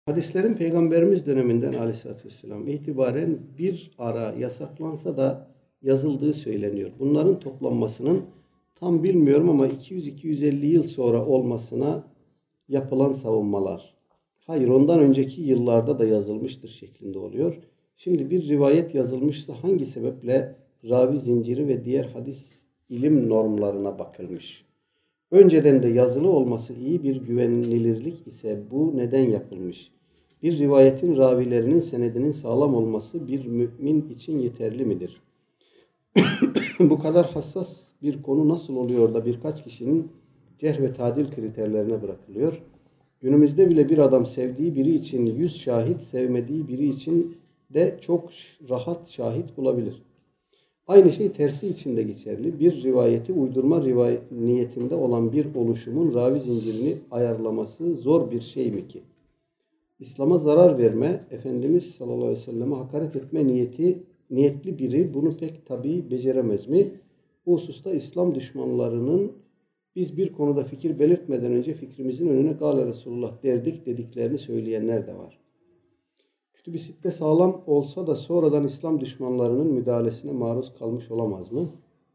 Hadislerin Peygamberimiz döneminden Aleyhisselatü Vesselam itibaren bir ara yasaklansa da yazıldığı söyleniyor. Bunların toplanmasının tam bilmiyorum ama 200-250 yıl sonra olmasına yapılan savunmalar. Hayır, ondan önceki yıllarda da yazılmıştır şeklinde oluyor. Şimdi bir rivayet yazılmışsa hangi sebeple ravi zinciri ve diğer hadis ilim normlarına bakılmış? Önceden de yazılı olması iyi bir güvenilirlik ise bu neden yapılmış? Bir rivayetin ravilerinin senedinin sağlam olması bir mümin için yeterli midir? Bu kadar hassas bir konu nasıl oluyor da birkaç kişinin cerh ve tadil kriterlerine bırakılıyor? Günümüzde bile bir adam sevdiği biri için 100 şahit, sevmediği biri için de çok rahat şahit bulabilir. Aynı şey tersi için de geçerli. Bir rivayeti uydurma niyetinde olan bir oluşumun ravi zincirini ayarlaması zor bir şey mi ki? İslam'a zarar verme, Efendimiz sallallahu aleyhi ve selleme hakaret etme niyetli biri bunu pek tabii beceremez mi? Bu hususta İslam düşmanlarının biz bir konuda fikir belirtmeden önce fikrimizin önüne "Gâle Resulullah" derdik dediklerini söyleyenler de var. Kütüb-i Sitte sağlam olsa da sonradan İslam düşmanlarının müdahalesine maruz kalmış olamaz mı?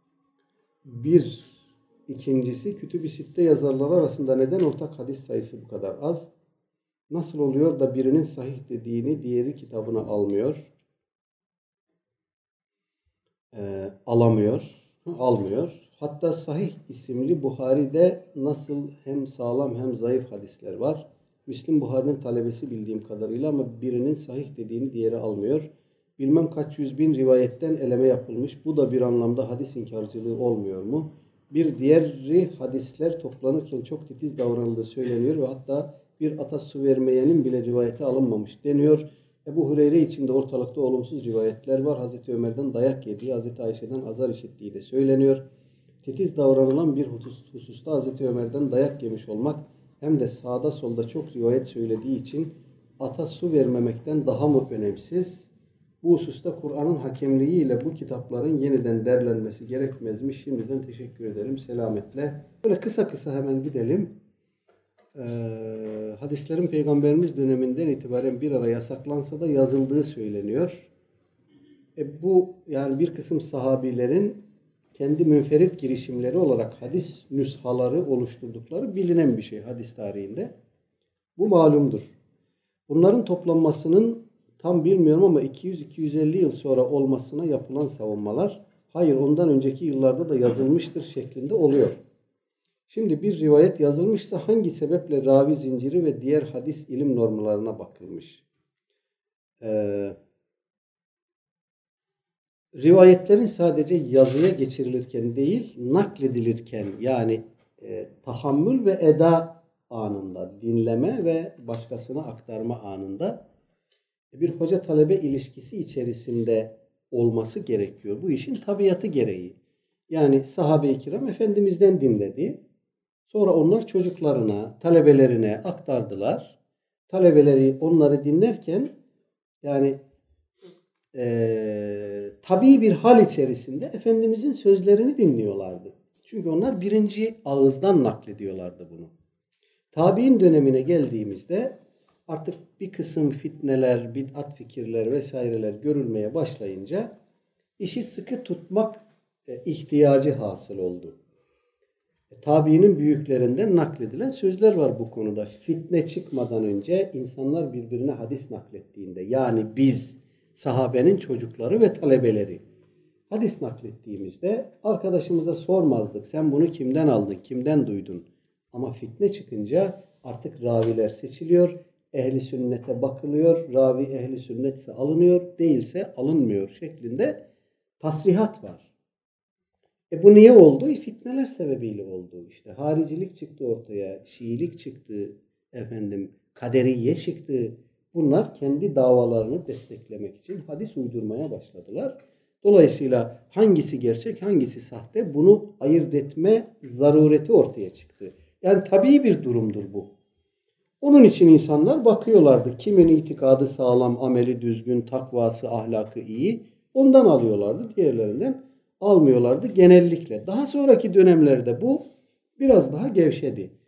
İkincisi, Kütüb-i Sitte yazarları arasında neden ortak hadis sayısı bu kadar az? Nasıl oluyor da birinin sahih dediğini diğeri kitabına almıyor. Hatta Sahih isimli Buhari'de nasıl hem sağlam hem zayıf hadisler var. Müslim Buhari'nin talebesi bildiğim kadarıyla ama birinin sahih dediğini diğeri almıyor. Bilmem kaç yüz bin rivayetten eleme yapılmış. Bu da bir anlamda hadis inkarcılığı olmuyor mu? Bir diğeri hadisler toplanırken çok titiz davranıldığı söyleniyor ve hatta bir ata su vermeyenin bile rivayete alınmamış deniyor. Ebu Hureyre için de ortalıkta olumsuz rivayetler var. Hazreti Ömer'den dayak yediği, Hazreti Ayşe'den azar işittiği de söyleniyor. Titiz davranılan bir hususta Hazreti Ömer'den dayak yemiş olmak hem de sağda solda çok rivayet söylediği için ata su vermemekten daha mı önemsiz? Bu hususta Kur'an'ın hakemliğiyle bu kitapların yeniden derlenmesi gerekmez mi? Şimdiden teşekkür ederim. Selametle. Böyle kısa kısa hemen gidelim. Hadislerin Peygamberimiz döneminden itibaren bir ara yasaklansa da yazıldığı söyleniyor. Bu yani bir kısım sahabilerin kendi münferit girişimleri olarak hadis nüshaları oluşturdukları bilinen bir şey hadis tarihinde. Bu malumdur. Bunların toplanmasının tam bilmiyorum ama 200-250 yıl sonra olmasına yapılan savunmalar, hayır ondan önceki yıllarda da yazılmıştır şeklinde oluyor. Şimdi bir rivayet yazılmışsa hangi sebeple ravi zinciri ve diğer hadis ilim normlarına bakılmış? Rivayetlerin sadece yazıya geçirilirken değil, nakledilirken yani tahammül ve eda anında, dinleme ve başkasına aktarma anında bir hoca talebe ilişkisi içerisinde olması gerekiyor. Bu işin tabiatı gereği. Yani sahabe-i kiram Efendimiz'den dinledi. Sonra onlar çocuklarına, talebelerine aktardılar. Talebeleri onları dinlerken yani tabii bir hal içerisinde Efendimizin sözlerini dinliyorlardı. Çünkü onlar birinci ağızdan naklediyorlardı bunu. Tabi'in dönemine geldiğimizde artık bir kısım fitneler, bid'at fikirler vesaireler görülmeye başlayınca işi sıkı tutmak ihtiyacı hasıl oldu. Tabiinin büyüklerinden nakledilen sözler var bu konuda. Fitne çıkmadan önce insanlar birbirine hadis naklettiğinde yani biz sahabenin çocukları ve talebeleri hadis naklettiğimizde arkadaşımıza sormazdık. Sen bunu kimden aldın, kimden duydun? Ama fitne çıkınca artık raviler seçiliyor. Ehli sünnete bakılıyor. Ravi ehli sünnetse alınıyor, değilse alınmıyor şeklinde tasrihat var. Bu niye oldu? Fitneler sebebiyle oldu. İşte haricilik çıktı ortaya, Şiilik çıktı, kaderiye çıktı. Bunlar kendi davalarını desteklemek için hadis uydurmaya başladılar. Dolayısıyla hangisi gerçek, hangisi sahte bunu ayırt etme zarureti ortaya çıktı. Yani tabii bir durumdur bu. Onun için insanlar bakıyorlardı. Kimin itikadı sağlam, ameli düzgün, takvası, ahlakı iyi. Ondan alıyorlardı. Diğerlerinden almıyorlardı genellikle. Daha sonraki dönemlerde bu biraz daha gevşedi.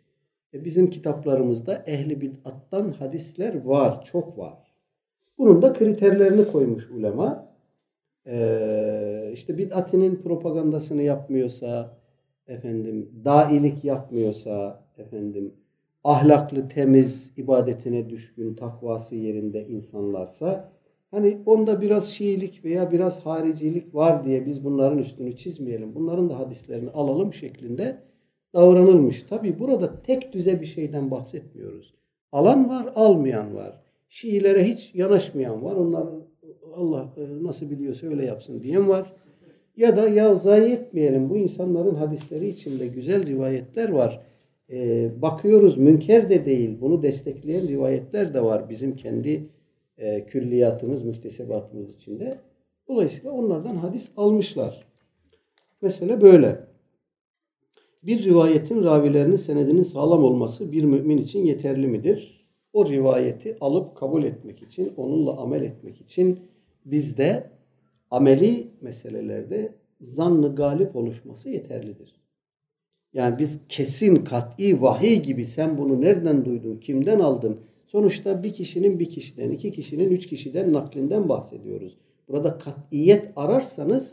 Bizim kitaplarımızda ehli bid'attan hadisler var, çok var. Bunun da kriterlerini koymuş ulema. İşte bid'atinin propagandasını yapmıyorsa, dailik yapmıyorsa, ahlaklı, temiz, ibadetine düşkün, takvası yerinde insanlarsa, hani onda biraz Şiilik veya biraz haricilik var diye biz bunların üstünü çizmeyelim. Bunların da hadislerini alalım şeklinde davranılmış. Tabi burada tek düze bir şeyden bahsetmiyoruz. Alan var, almayan var. Şiilere hiç yanaşmayan var. Onlar Allah nasıl biliyorsa öyle yapsın diyen var. Ya da ya zayi etmeyelim. Bu insanların hadisleri içinde güzel rivayetler var. Bakıyoruz münker de değil. Bunu destekleyen rivayetler de var. Bizim kendi külliyatımız, müktesebatımız içinde. Dolayısıyla onlardan hadis almışlar. Mesele böyle. Bir rivayetin ravilerinin senedinin sağlam olması bir mümin için yeterli midir? O rivayeti alıp kabul etmek için, onunla amel etmek için bizde ameli meselelerde zannı galip oluşması yeterlidir. Yani biz kesin, kat'i, vahiy gibi sen bunu nereden duydun, kimden aldın? Sonuçta bir kişinin bir kişiden, iki kişinin üç kişiden naklinden bahsediyoruz. Burada kat'iyet ararsanız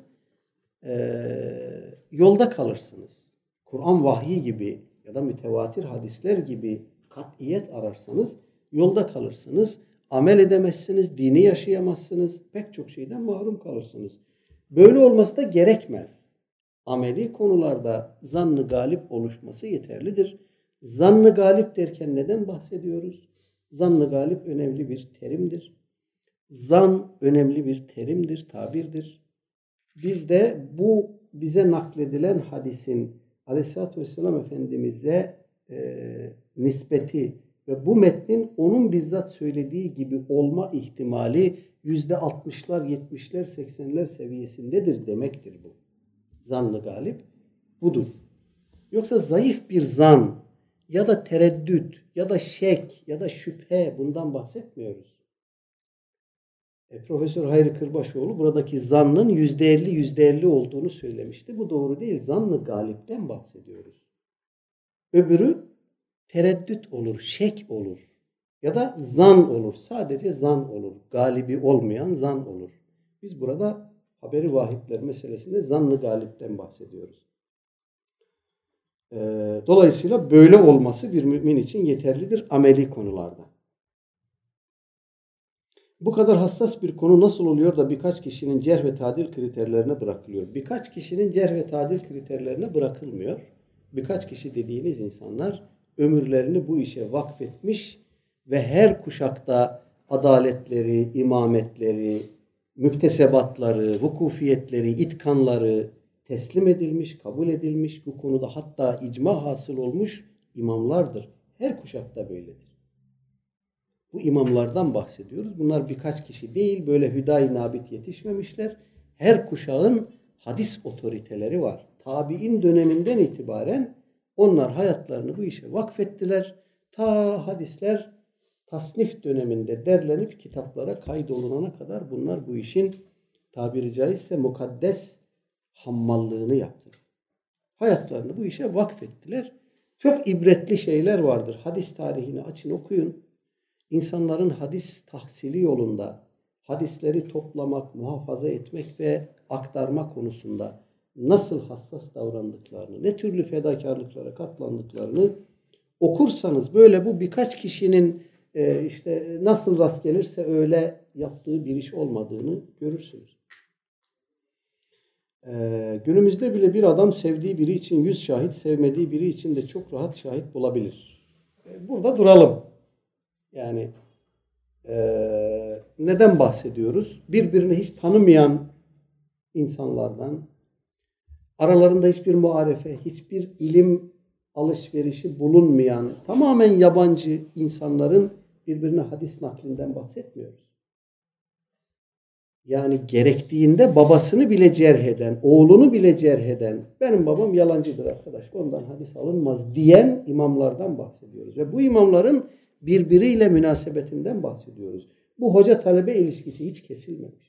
yolda kalırsınız. Kur'an vahyi gibi ya da mütevatir hadisler gibi kat'iyet ararsanız yolda kalırsınız. Amel edemezsiniz, dini yaşayamazsınız. Pek çok şeyden mahrum kalırsınız. Böyle olması da gerekmez. Ameli konularda zannı galip oluşması yeterlidir. Zannı galip derken neden bahsediyoruz? Zannı galip önemli bir terimdir. Zan önemli bir terimdir, tabirdir. Bizde bu bize nakledilen hadisin Aleyhisselatü Vesselam Efendimiz'e nispeti ve bu metnin onun bizzat söylediği gibi olma ihtimali %60'lar, 70'ler, 80'ler seviyesindedir demektir bu. Zan-ı galip budur. Yoksa zayıf bir zan ya da tereddüt ya da şek ya da şüphe bundan bahsetmiyoruz. Profesör Hayri Kırbaşoğlu buradaki zannın %50 olduğunu söylemişti. Bu doğru değil. Zan-ı galipten bahsediyoruz. Öbürü tereddüt olur, şek olur ya da zan olur. Sadece zan olur. Galibi olmayan zan olur. Biz burada haberi vahidler meselesinde zan-ı galipten bahsediyoruz. Dolayısıyla böyle olması bir mümin için yeterlidir ameli konularda. Bu kadar hassas bir konu nasıl oluyor da birkaç kişinin cerh ve tadil kriterlerine bırakılıyor? Birkaç kişinin cerh ve tadil kriterlerine bırakılmıyor. Birkaç kişi dediğiniz insanlar ömürlerini bu işe vakfetmiş ve her kuşakta adaletleri, imametleri, müktesebatları, vukufiyetleri, itkanları teslim edilmiş, kabul edilmiş. Bu konuda hatta icma hasıl olmuş imamlardır. Her kuşakta böyledir. Bu imamlardan bahsediyoruz. Bunlar birkaç kişi değil, böyle hüdayi nabit yetişmemişler. Her kuşağın hadis otoriteleri var. Tabi'in döneminden itibaren onlar hayatlarını bu işe vakfettiler. Ta hadisler tasnif döneminde derlenip kitaplara kaydolunana kadar bunlar bu işin tabiri caizse mukaddes hammallığını yaptılar. Hayatlarını bu işe vakfettiler. Çok ibretli şeyler vardır. Hadis tarihini açın okuyun. İnsanların hadis tahsili yolunda hadisleri toplamak, muhafaza etmek ve aktarma konusunda nasıl hassas davrandıklarını, ne türlü fedakarlıklara katlandıklarını okursanız böyle bu birkaç kişinin işte nasıl rast gelirse öyle yaptığı bir iş olmadığını görürsünüz. Günümüzde bile bir adam sevdiği biri için 100 şahit, sevmediği biri için de çok rahat şahit bulabilir. Burada duralım. Yani neden bahsediyoruz? Birbirini hiç tanımayan insanlardan, aralarında hiçbir muarefe, hiçbir ilim alışverişi bulunmayan, tamamen yabancı insanların birbirine hadis naklinden bahsetmiyoruz. Yani gerektiğinde babasını bile cerh eden, oğlunu bile cerh eden, benim babam yalancıdır arkadaş, ondan hadis alınmaz diyen imamlardan bahsediyoruz. Ve bu imamların birbiriyle münasebetinden bahsediyoruz. Bu hoca-talebe ilişkisi hiç kesilmemiş.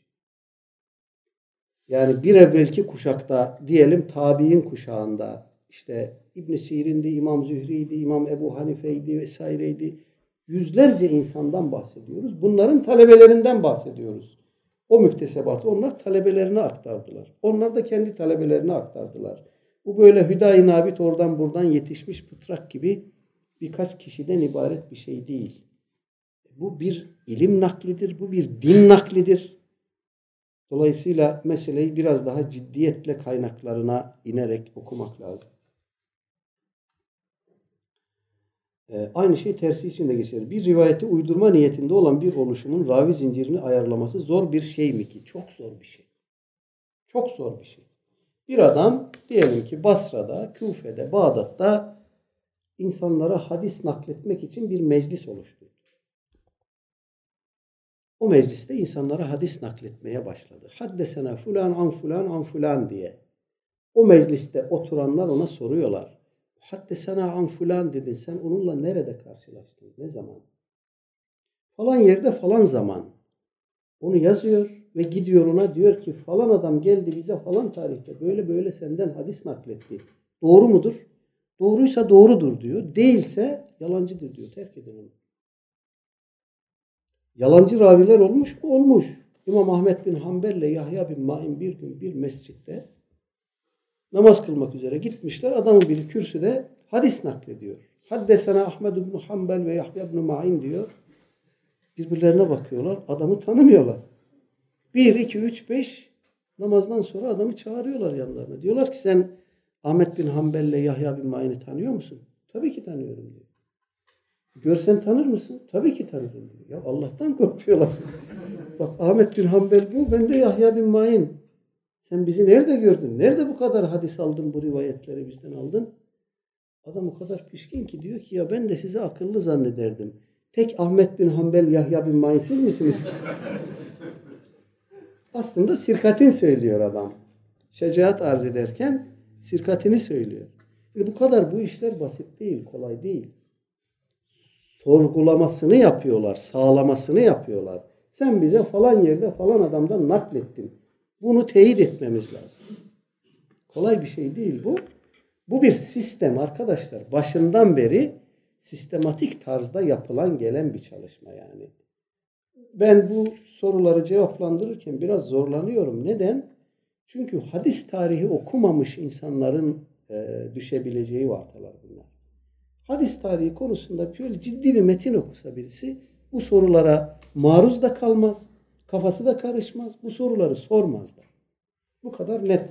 Yani bir evvelki kuşakta, diyelim tabi'in kuşağında, işte İbn Sirin'di, İmam Zühri'ydi, İmam Ebu Hanife'ydi vesaireydi. Yüzlerce insandan bahsediyoruz. Bunların talebelerinden bahsediyoruz. O müktesebatı onlar talebelerine aktardılar. Onlar da kendi talebelerine aktardılar. Bu böyle hüdayi nabit oradan buradan yetişmiş pıtrak gibi birkaç kişiden ibaret bir şey değil. Bu bir ilim naklidir, bu bir din naklidir. Dolayısıyla meseleyi biraz daha ciddiyetle kaynaklarına inerek okumak lazım. Aynı şey tersi için de geçerli. Bir rivayeti uydurma niyetinde olan bir oluşumun ravi zincirini ayarlaması zor bir şey mi ki? Çok zor bir şey. Çok zor bir şey. Bir adam diyelim ki Basra'da, Küfe'de, Bağdat'ta insanlara hadis nakletmek için bir meclis oluşturdu. O mecliste insanlara hadis nakletmeye başladı. Haddesena fulan an fulan an fulan diye. O mecliste oturanlar ona soruyorlar. Haddesena an fulan dedin. Sen onunla nerede karşılaştın? Ne zaman? Falan yerde falan zaman. Onu yazıyor ve gidiyor ona diyor ki falan adam geldi bize falan tarihte böyle böyle senden hadis nakletti. Doğru mudur? Doğruysa doğrudur diyor. Değilse yalancıdır diyor. Terk edin onu. Yalancı raviler olmuş mu? Olmuş. İmam Ahmed bin Hanbel ile Yahya bin Ma'in bir gün bir mescitte namaz kılmak üzere gitmişler. Adamın biri kürsüde hadis naklediyor. Haddesena Ahmed bin Hanbel ve Yahya bin Ma'in diyor. Birbirlerine bakıyorlar. Adamı tanımıyorlar. 1, 2, 3, 5 namazdan sonra adamı çağırıyorlar yanlarına. Diyorlar ki sen Ahmed bin Hanbel ile Yahya bin Ma'in'i tanıyor musun? Tabii ki tanıyorum diyor. Görsen tanır mısın? Tabii ki tanırım diyor. Ya Allah'tan korkuyorlar. Bak Ahmed bin Hanbel bu, ben de Yahya bin Ma'in. Sen bizi nerede gördün? Nerede bu kadar hadis aldın, bu rivayetleri bizden aldın? Adam o kadar pişkin ki diyor ki ya ben de sizi akıllı zannederdim. Tek Ahmed bin Hanbel, Yahya bin Ma'in siz misiniz? Aslında sirkatin söylüyor adam. Şecaat arz ederken sirkatini söylüyor. Yani bu kadar bu işler basit değil, kolay değil. Sorgulamasını yapıyorlar, sağlamasını yapıyorlar. Sen bize falan yerde falan adamdan naklettin. Bunu teyit etmemiz lazım. Kolay bir şey değil bu. Bu bir sistem arkadaşlar. Başından beri sistematik tarzda yapılan gelen bir çalışma yani. Ben bu soruları cevaplandırırken biraz zorlanıyorum. Neden? Çünkü hadis tarihi okumamış insanların düşebileceği vartalar bunlar. Hadis tarihi konusunda böyle ciddi bir metin okusa birisi bu sorulara maruz da kalmaz, kafası da karışmaz, bu soruları sormaz da. Bu kadar net.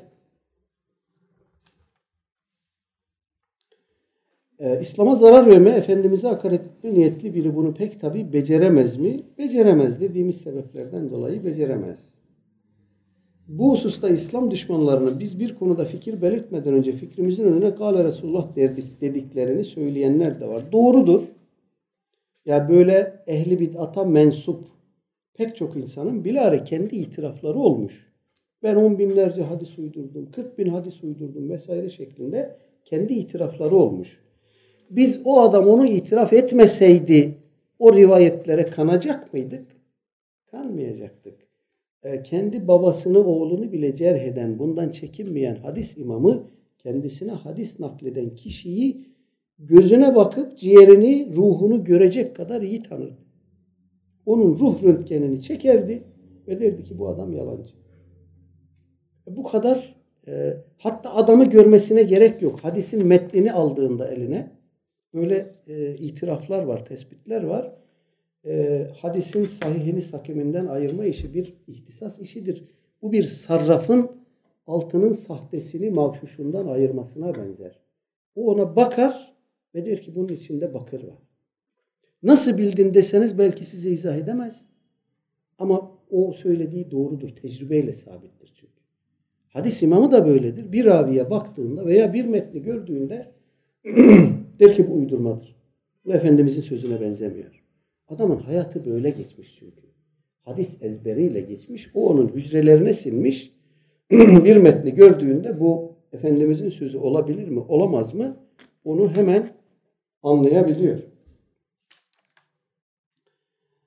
İslam'a zarar verme, Efendimiz'e hakaret etme niyetli biri bunu pek tabii beceremez mi? Beceremez dediğimiz sebeplerden dolayı beceremez. Bu hususta İslam düşmanlarının biz bir konuda fikir belirtmeden önce fikrimizin önüne Kâle Resulullah dediklerini söyleyenler de var. Doğrudur. Ya böyle ehli bid'ata mensup pek çok insanın bilahare kendi itirafları olmuş. Ben 10 binlerce hadis uydurdum, 40 bin hadis uydurdum vesaire şeklinde kendi itirafları olmuş. Biz o adam onu itiraf etmeseydi o rivayetlere kanacak mıydık? Kanmayacaktık. Kendi babasını, oğlunu bile cerh eden, bundan çekinmeyen hadis imamı kendisine hadis nakleden kişiyi gözüne bakıp ciğerini, ruhunu görecek kadar iyi tanırdı. Onun ruh röntgenini çekerdi ve derdi ki bu adam yalancı. Bu kadar hatta adamı görmesine gerek yok. Hadisin metnini aldığında eline böyle itiraflar var, tespitler var. Hadisin sahihini sakiminden ayırma işi bir ihtisas işidir. Bu bir sarrafın altının sahtesini mağşuşundan ayırmasına benzer. O ona bakar ve der ki bunun içinde bakır var. Nasıl bildin deseniz belki size izah edemez. Ama o söylediği doğrudur. Tecrübeyle sabittir çünkü. Hadis imamı da böyledir. Bir raviye baktığında veya bir metni gördüğünde der ki bu uydurmadır. Bu Efendimizin sözüne benzemiyor. Adamın hayatı böyle geçmiş çünkü. Hadis ezberiyle geçmiş. O onun hücrelerine sinmiş. Bir metni gördüğünde bu Efendimizin sözü olabilir mi, olamaz mı? Onu hemen anlayabiliyor.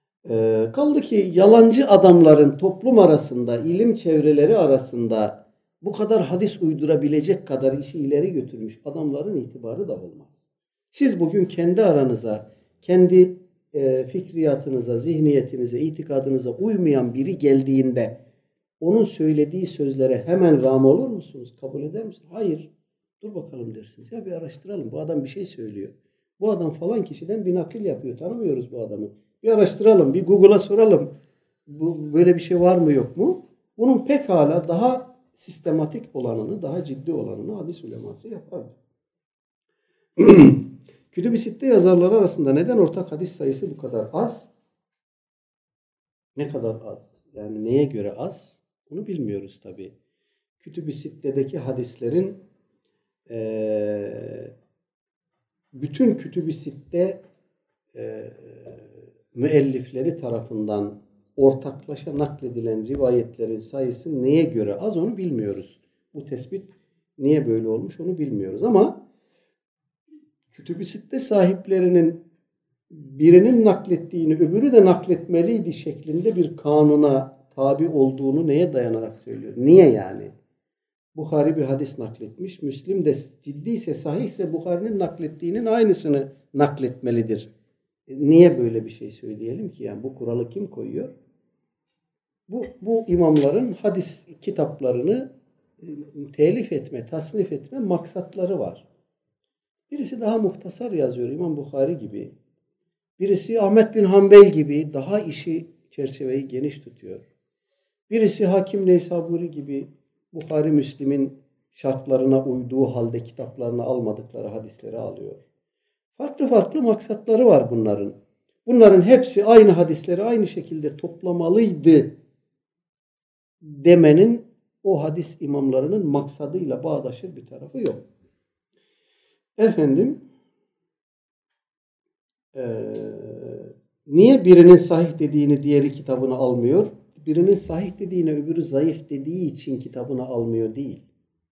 Kaldı ki yalancı adamların toplum arasında, ilim çevreleri arasında bu kadar hadis uydurabilecek kadar işi ileri götürmüş adamların itibarı da olmaz. Siz bugün kendi aranıza, kendi fikriyatınıza, zihniyetinize, itikadınıza uymayan biri geldiğinde onun söylediği sözlere hemen rağm olur musunuz? Kabul eder misiniz? Hayır. Dur bakalım dersiniz. Ya bir araştıralım. Bu adam bir şey söylüyor. Bu adam falan kişiden bir nakil yapıyor. Tanımıyoruz bu adamı. Bir araştıralım. Bir Google'a soralım. Böyle bir şey var mı yok mu? Bunun pekala daha sistematik olanını, daha ciddi olanını hadis uleması yapardı. Kütüb-i Sitte yazarları arasında neden ortak hadis sayısı bu kadar az? Ne kadar az? Yani neye göre az? Bunu bilmiyoruz tabii. Kütüb-i Sitte'deki hadislerin bütün Kütüb-i Sitte müellifleri tarafından ortaklaşa nakledilen rivayetlerin sayısı neye göre az onu bilmiyoruz. Bu tespit niye böyle olmuş onu bilmiyoruz ama Kütüb-i Sitte sahiplerinin birinin naklettiğini öbürü de nakletmeliydi şeklinde bir kanuna tabi olduğunu neye dayanarak söylüyor? Niye yani? Buhari bir hadis nakletmiş. Müslim de ciddiyse, sahihse Buhari'nin naklettiğinin aynısını nakletmelidir. Niye böyle bir şey söyleyelim ki? Yani bu kuralı kim koyuyor? Bu imamların hadis kitaplarını telif etme, tasnif etme maksatları var. Birisi daha muhtasar yazıyor İmam Buhari gibi. Birisi Ahmet bin Hanbel gibi daha işi çerçeveyi geniş tutuyor. Birisi Hakim Neysaburi gibi Buhari Müslim'in şartlarına uyduğu halde kitaplarını almadıkları hadisleri alıyor. Farklı farklı maksatları var bunların. Bunların hepsi aynı hadisleri aynı şekilde toplamalıydı demenin o hadis imamlarının maksadıyla bağdaşır bir tarafı yok. Efendim niye birinin sahih dediğini diğeri kitabını almıyor? Birinin sahih dediğine öbürü zayıf dediği için kitabını almıyor değil.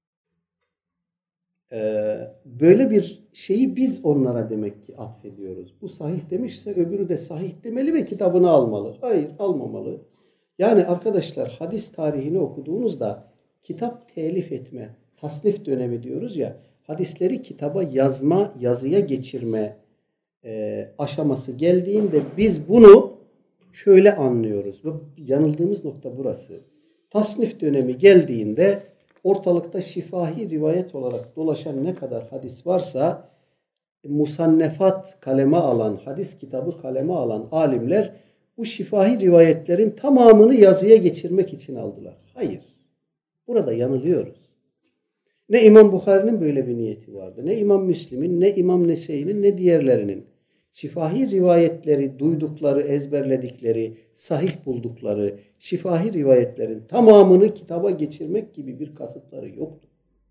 Böyle bir şeyi biz onlara demek ki atfediyoruz. Bu sahih demişse öbürü de sahih demeli ve kitabını almalı. Hayır, almamalı. Yani arkadaşlar hadis tarihini okuduğunuzda kitap telif etme, tasnif dönemi diyoruz ya, hadisleri kitaba yazma, yazıya geçirme aşaması geldiğinde biz bunu şöyle anlıyoruz. Ve yanıldığımız nokta burası. Tasnif dönemi geldiğinde ortalıkta şifahi rivayet olarak dolaşan ne kadar hadis varsa musannefat kaleme alan, hadis kitabı kaleme alan alimler bu şifahi rivayetlerin tamamını yazıya geçirmek için aldılar. Hayır. Burada yanılıyoruz. Ne İmam Bukhari'nin böyle bir niyeti vardı. Ne İmam Müslim'in, ne İmam Nese'inin, ne diğerlerinin. Şifahi rivayetleri duydukları, ezberledikleri, sahih buldukları şifahi rivayetlerin tamamını kitaba geçirmek gibi bir kasıtları yoktu.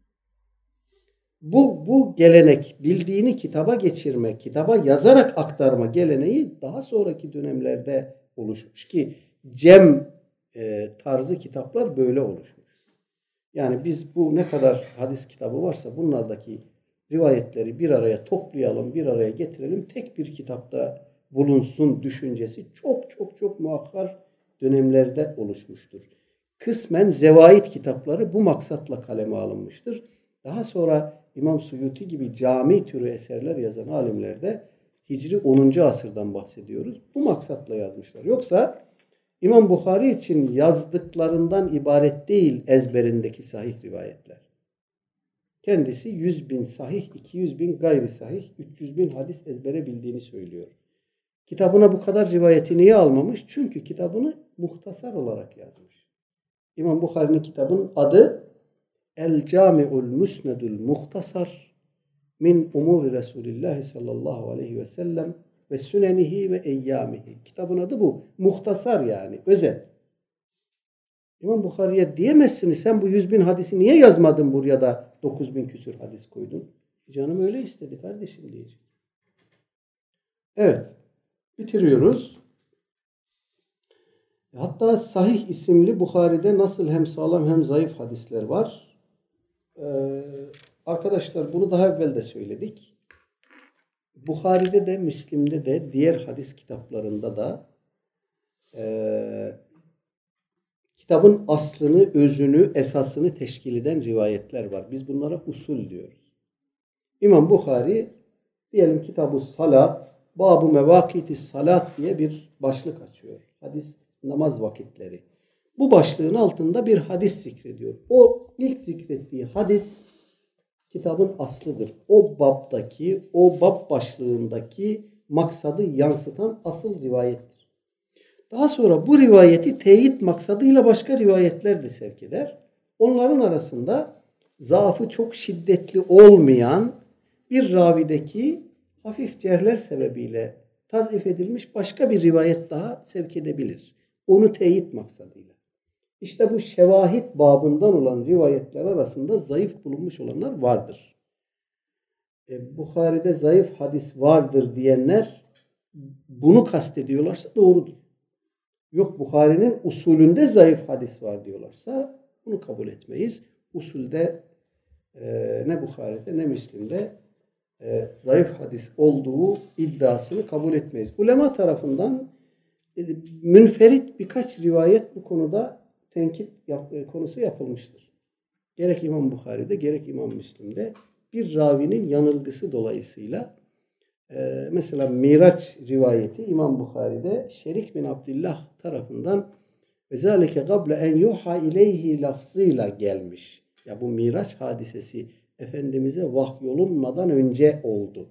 Bu gelenek, bildiğini kitaba geçirme, kitaba yazarak aktarma geleneği daha sonraki dönemlerde oluşmuş ki cem tarzı kitaplar böyle oluşmuş. Yani biz bu ne kadar hadis kitabı varsa bunlardaki rivayetleri bir araya toplayalım, bir araya getirelim, tek bir kitapta bulunsun düşüncesi çok muakkar dönemlerde oluşmuştur. Kısmen zevaid kitapları bu maksatla kaleme alınmıştır. Daha sonra İmam Suyuti gibi cami türü eserler yazan alimler de Hicri 10. asırdan bahsediyoruz. Bu maksatla yazmışlar. Yoksa İmam Bukhari için yazdıklarından ibaret değil ezberindeki sahih rivayetler. Kendisi 100.000 sahih, 200.000 gayri sahih, 300.000 hadis ezbere bildiğini söylüyor. Kitabına bu kadar rivayeti niye almamış? Çünkü kitabını muhtasar olarak yazmış. İmam Bukhari'nin kitabının adı El-Cami'ul Musnedul Muhtasar min umuri Resulillah sallallahu aleyhi ve sellem ve sünenihi ve eyyamihi. Kitabın adı bu. Muhtasar yani. Özet. İmam Bukhari'ye diyemezsiniz sen bu 100.000 hadisi niye yazmadın buraya da 9.000 küsur hadis koydun? Canım öyle istedi kardeşim diyecek. Evet. Bitiriyoruz. Hatta Sahih isimli Bukhari'de nasıl hem sağlam hem zayıf hadisler var. Arkadaşlar bunu daha evvel de söyledik. Bukhari'de de, Müslim'de de, diğer hadis kitaplarında da kitabın aslını, özünü, esasını teşkil eden rivayetler var. Biz bunlara usul diyoruz. İmam Bukhari diyelim kitab-ı salat, Bab-ı Mevakiti Salat diye bir başlık açıyor. Hadis, namaz vakitleri. Bu başlığın altında bir hadis zikrediyor. O ilk zikrettiği hadis kitabın aslıdır. O babdaki, o bab başlığındaki maksadı yansıtan asıl rivayettir. Daha sonra bu rivayeti teyit maksadıyla başka rivayetler de sevk eder. Onların arasında zaafı çok şiddetli olmayan bir ravideki hafif cerhler sebebiyle tazif edilmiş başka bir rivayet daha sevk edebilir. Onu teyit maksadıyla. İşte bu şevahit babından olan rivayetler arasında zayıf bulunmuş olanlar vardır. Bukhari'de zayıf hadis vardır diyenler bunu kastediyorlarsa doğrudur. Yok Bukhari'nin usulünde zayıf hadis var diyorlarsa bunu kabul etmeyiz. Usulde ne Bukhari'de ne Müslim'de zayıf hadis olduğu iddiasını kabul etmeyiz. Ulema tarafından münferit birkaç rivayet bu konuda tenkit konusu yapılmıştır. Gerek İmam Bukhari'de gerek İmam Müslim'de bir ravinin yanılgısı dolayısıyla mesela Miraç rivayeti İmam Bukhari'de Şerik bin Abdullah tarafından vezalike gable en yuha ileyhi lafzıyla gelmiş. Ya bu Miraç hadisesi Efendimiz'e vahyolunmadan önce oldu.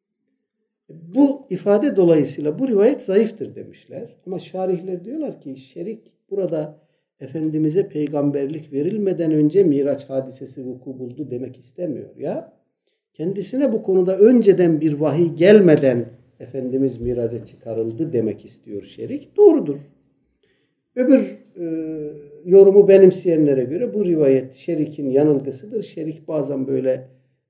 Bu ifade dolayısıyla bu rivayet zayıftır demişler. Ama şarihler diyorlar ki Şerik burada Efendimiz'e peygamberlik verilmeden önce Miraç hadisesi vuku buldu demek istemiyor ya. Kendisine bu konuda önceden bir vahiy gelmeden Efendimiz Miraç'a çıkarıldı demek istiyor Şerik. Doğrudur. Öbür yorumu benimseyenlere göre bu rivayet Şerik'in yanılgısıdır. Şerik bazen böyle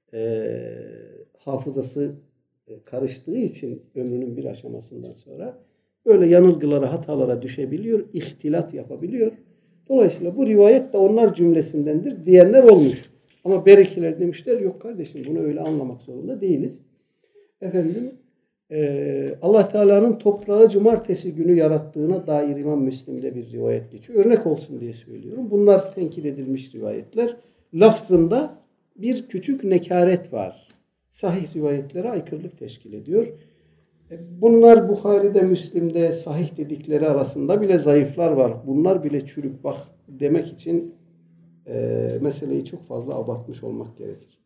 hafızası karıştığı için ömrünün bir aşamasından sonra böyle yanılgılara, hatalara düşebiliyor, ihtilat yapabiliyor. Dolayısıyla bu rivayet de onlar cümlesindendir diyenler olmuş. Ama berikiler demişler yok kardeşim bunu öyle anlamak zorunda değiliz. Efendim Allah Teala'nın toprağı cumartesi günü yarattığına dair İmam Müslim'de bir rivayet geçiyor. Örnek olsun diye söylüyorum. Bunlar tenkit edilmiş rivayetler. Lafzında bir küçük nekaret var. Sahih rivayetlere aykırılık teşkil ediyor. Bunlar Bukhari'de, Müslim'de sahih dedikleri arasında bile zayıflar var. Bunlar bile çürük bak demek için meseleyi çok fazla abartmış olmak gerekir.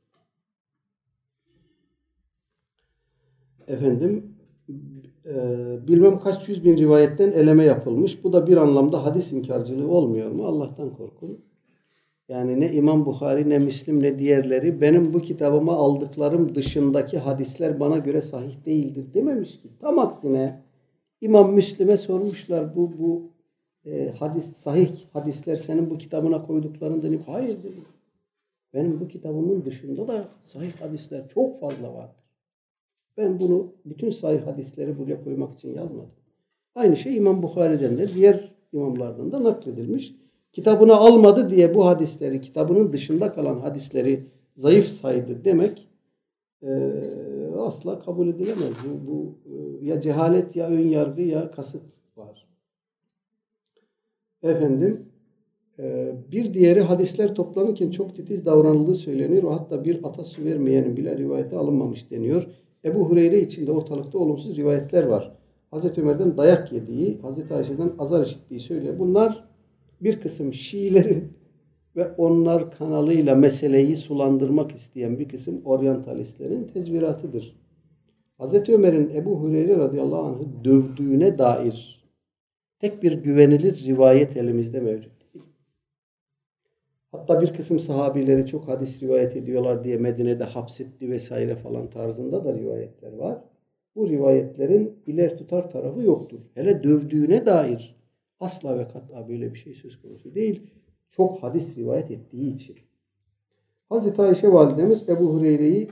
Efendim bilmem kaç yüz bin rivayetten eleme yapılmış. Bu da bir anlamda hadis inkarcılığı olmuyor mu? Allah'tan korkun. Yani ne İmam Bukhari ne Müslim ne diğerleri benim bu kitabıma aldıklarım dışındaki hadisler bana göre sahih değildir dememiş ki. Tam aksine İmam Müslim'e sormuşlar bu sahih hadisler senin bu kitabına koydukların dedim. Hayır dedi. Benim bu kitabımın dışında da sahih hadisler çok fazla vardır. Ben bunu bütün sahih hadisleri buraya koymak için yazmadım. Aynı şey İmam Bukhari'den de diğer imamlardan da nakledilmiş. Kitabına almadı diye bu hadisleri, kitabının dışında kalan hadisleri zayıf saydı demek asla kabul edilemez. Bu ya cehalet ya ön yargı ya kasıt var. Efendim bir diğeri hadisler toplanırken çok titiz davranıldığı söyleniyor. O hatta bir atasü vermeyenin bile rivayete alınmamış deniyor. Ebu Hureyre içinde ortalıkta olumsuz rivayetler var. Hazreti Ömer'den dayak yediği, Hazreti Ayşe'den azar işittiği söylüyor. Bunlar bir kısım Şiilerin ve onlar kanalıyla meseleyi sulandırmak isteyen bir kısım oryantalistlerin tezviratıdır. Hazreti Ömer'in Ebu Hureyre radıyallahu anh'ı dövdüğüne dair tek bir güvenilir rivayet elimizde mevcut değil. Hatta bir kısım sahabileri çok hadis rivayet ediyorlar diye Medine'de hapsetti vesaire falan tarzında da rivayetler var. Bu rivayetlerin iler tutar tarafı yoktur. Hele dövdüğüne dair asla ve kat'a böyle bir şey söz konusu değil. Çok hadis rivayet ettiği için. Hazreti Ayşe validemiz Ebu Hureyre'yi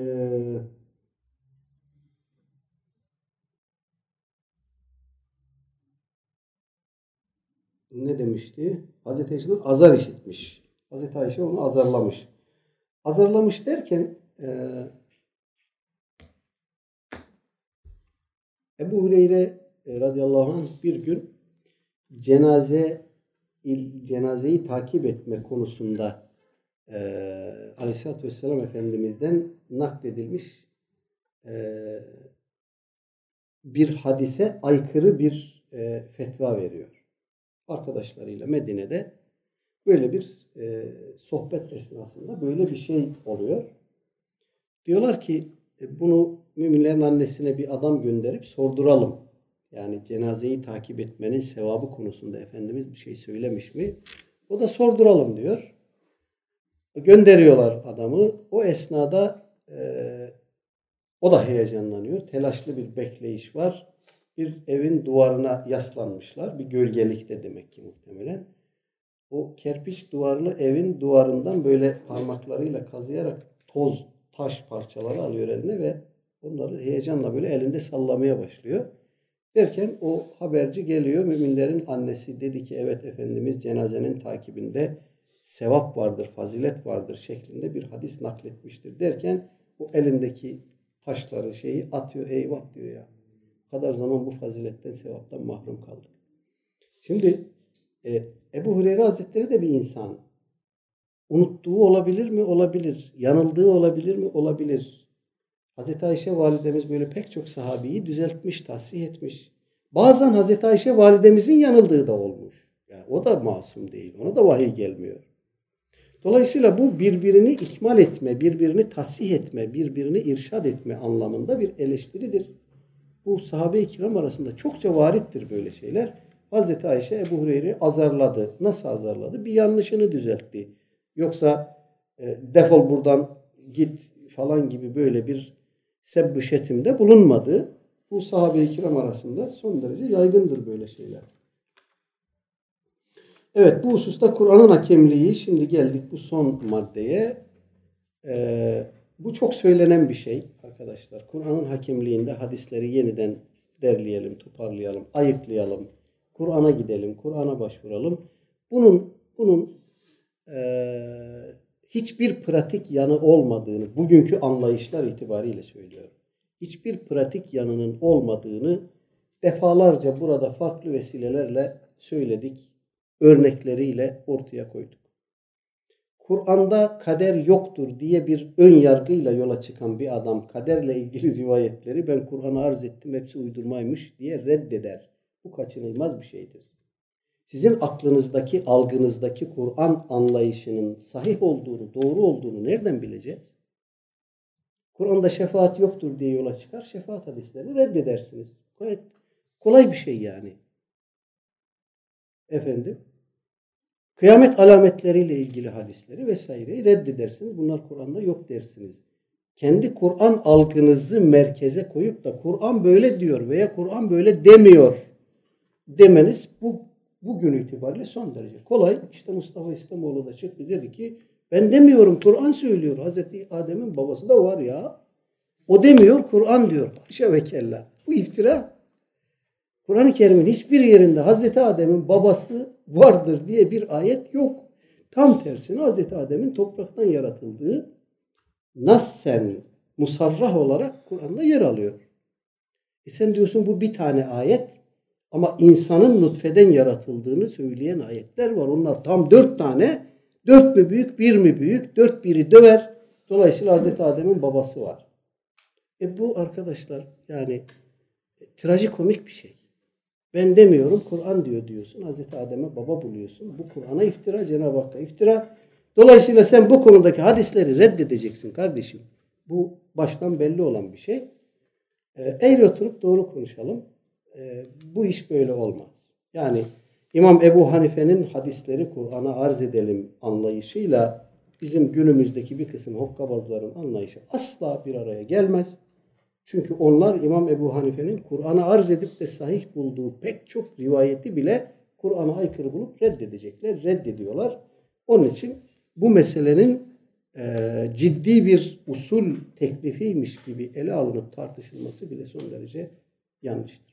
ne demişti? Hazreti Ayşe'den azar işitmiş. Hazreti Ayşe onu azarlamış. Azarlamış derken Ebu Hureyre radıyallahu anh bir gün cenaze cenazeyi takip etme konusunda Aleyhisselatü Vesselam Efendimiz'den nakledilmiş bir hadise aykırı bir fetva veriyor. Arkadaşlarıyla Medine'de böyle bir sohbet esnasında böyle bir şey oluyor. Diyorlar ki bunu müminlerin annesine bir adam gönderip sorduralım. Yani cenazeyi takip etmenin sevabı konusunda Efendimiz bir şey söylemiş mi? O da sorduralım diyor. Gönderiyorlar adamı. O esnada o da heyecanlanıyor. Telaşlı bir bekleyiş var. Bir evin duvarına yaslanmışlar. Bir gölgelikte demek ki muhtemelen. O kerpiç duvarlı evin duvarından böyle parmaklarıyla kazıyarak toz, taş parçaları alıyor eline ve onları heyecanla böyle elinde sallamaya başlıyor. Derken o haberci geliyor. Müminlerin annesi dedi ki evet Efendimiz cenazenin takibinde sevap vardır, fazilet vardır şeklinde bir hadis nakletmiştir derken o elindeki taşları şeyi atıyor. Eyvah diyor ya. Bu kadar zaman bu faziletten, sevaptan mahrum kaldık. Şimdi Ebu Hureyre Hazretleri de bir insan. Unuttuğu olabilir mi? Olabilir. Yanıldığı olabilir mi? Olabilir. Hazreti Ayşe validemiz böyle pek çok sahabeyi düzeltmiş, tahsih etmiş. Bazen Hazreti Ayşe validemizin yanıldığı da olmuş. Yani o da masum değil. Ona da vahiy gelmiyor. Dolayısıyla bu birbirini ikmal etme, birbirini tahsih etme, birbirini irşad etme anlamında bir eleştiridir. Bu sahabe-i kiram arasında çokça varittir böyle şeyler. Hazreti Ayşe Ebu Hureyre'yi azarladı. Nasıl azarladı? Bir yanlışını düzeltti. Yoksa defol buradan git falan gibi böyle bir sebbü şetimde bulunmadı. Bu sahabe-i kiram arasında son derece yaygındır böyle şeyler. Evet, bu hususta Kur'an'ın hakemliği, şimdi geldik bu son maddeye. Bu çok söylenen bir şey arkadaşlar. Kur'an'ın hakemliğinde hadisleri yeniden derleyelim, toparlayalım, ayıklayalım. Kur'an'a gidelim, Kur'an'a başvuralım. Bunun hiçbir pratik yanı olmadığını, bugünkü anlayışlar itibariyle söylüyorum. Hiçbir pratik yanının olmadığını defalarca burada farklı vesilelerle söyledik, örnekleriyle ortaya koyduk. Kur'an'da kader yoktur diye bir ön yargıyla yola çıkan bir adam kaderle ilgili rivayetleri ben Kur'an'a arz ettim hepsi uydurmaymış diye reddeder. Bu kaçınılmaz bir şeydir. Sizin aklınızdaki, algınızdaki Kur'an anlayışının sahih olduğunu, doğru olduğunu nereden bileceğiz? Kur'an'da şefaat yoktur diye yola çıkar, şefaat hadislerini reddedersiniz. Gayet kolay bir şey yani. Efendim? Kıyamet alametleriyle ilgili hadisleri vesaireyi reddedersiniz. Bunlar Kur'an'da yok dersiniz. Kendi Kur'an algınızı merkeze koyup da Kur'an böyle diyor veya Kur'an böyle demiyor demeniz bugün itibariyle son derece kolay. İşte Mustafa İslamoğlu da çıktı dedi ki ben demiyorum Kur'an söylüyor. Hazreti Adem'in babası da var ya. O demiyor Kur'an diyor. Haşa ve kella. Bu iftira. Kur'an-ı Kerim'in hiçbir yerinde Hazreti Adem'in babası vardır diye bir ayet yok. Tam tersine Hazreti Adem'in topraktan yaratıldığı nassen musarrah olarak Kur'an'da yer alıyor. Sen diyorsun bu bir tane ayet ama insanın nutfeden yaratıldığını söyleyen ayetler var. Onlar tam 4 tane. 4 mü büyük, 1 mi büyük? 4 biri döver. Dolayısıyla Hazreti Adem'in babası var. Bu arkadaşlar yani trajikomik bir şey. Ben demiyorum Kur'an diyorsun. Hazreti Adem'e baba buluyorsun. Bu Kur'an'a iftira, Cenab-ı Hakk'a iftira. Dolayısıyla sen bu konudaki hadisleri reddedeceksin kardeşim. Bu baştan belli olan bir şey. Eğri oturup doğru konuşalım. Bu iş böyle olmaz. Yani İmam Ebu Hanife'nin hadisleri Kur'an'a arz edelim anlayışıyla bizim günümüzdeki bir kısım hokkabazların anlayışı asla bir araya gelmez. Çünkü onlar İmam Ebu Hanife'nin Kur'an'a arz edip de sahih bulduğu pek çok rivayeti bile Kur'an'a aykırı bulup reddedecekler, reddediyorlar. Onun için bu meselenin ciddi bir usul teklifiymiş gibi ele alınıp tartışılması bile son derece yanlıştır.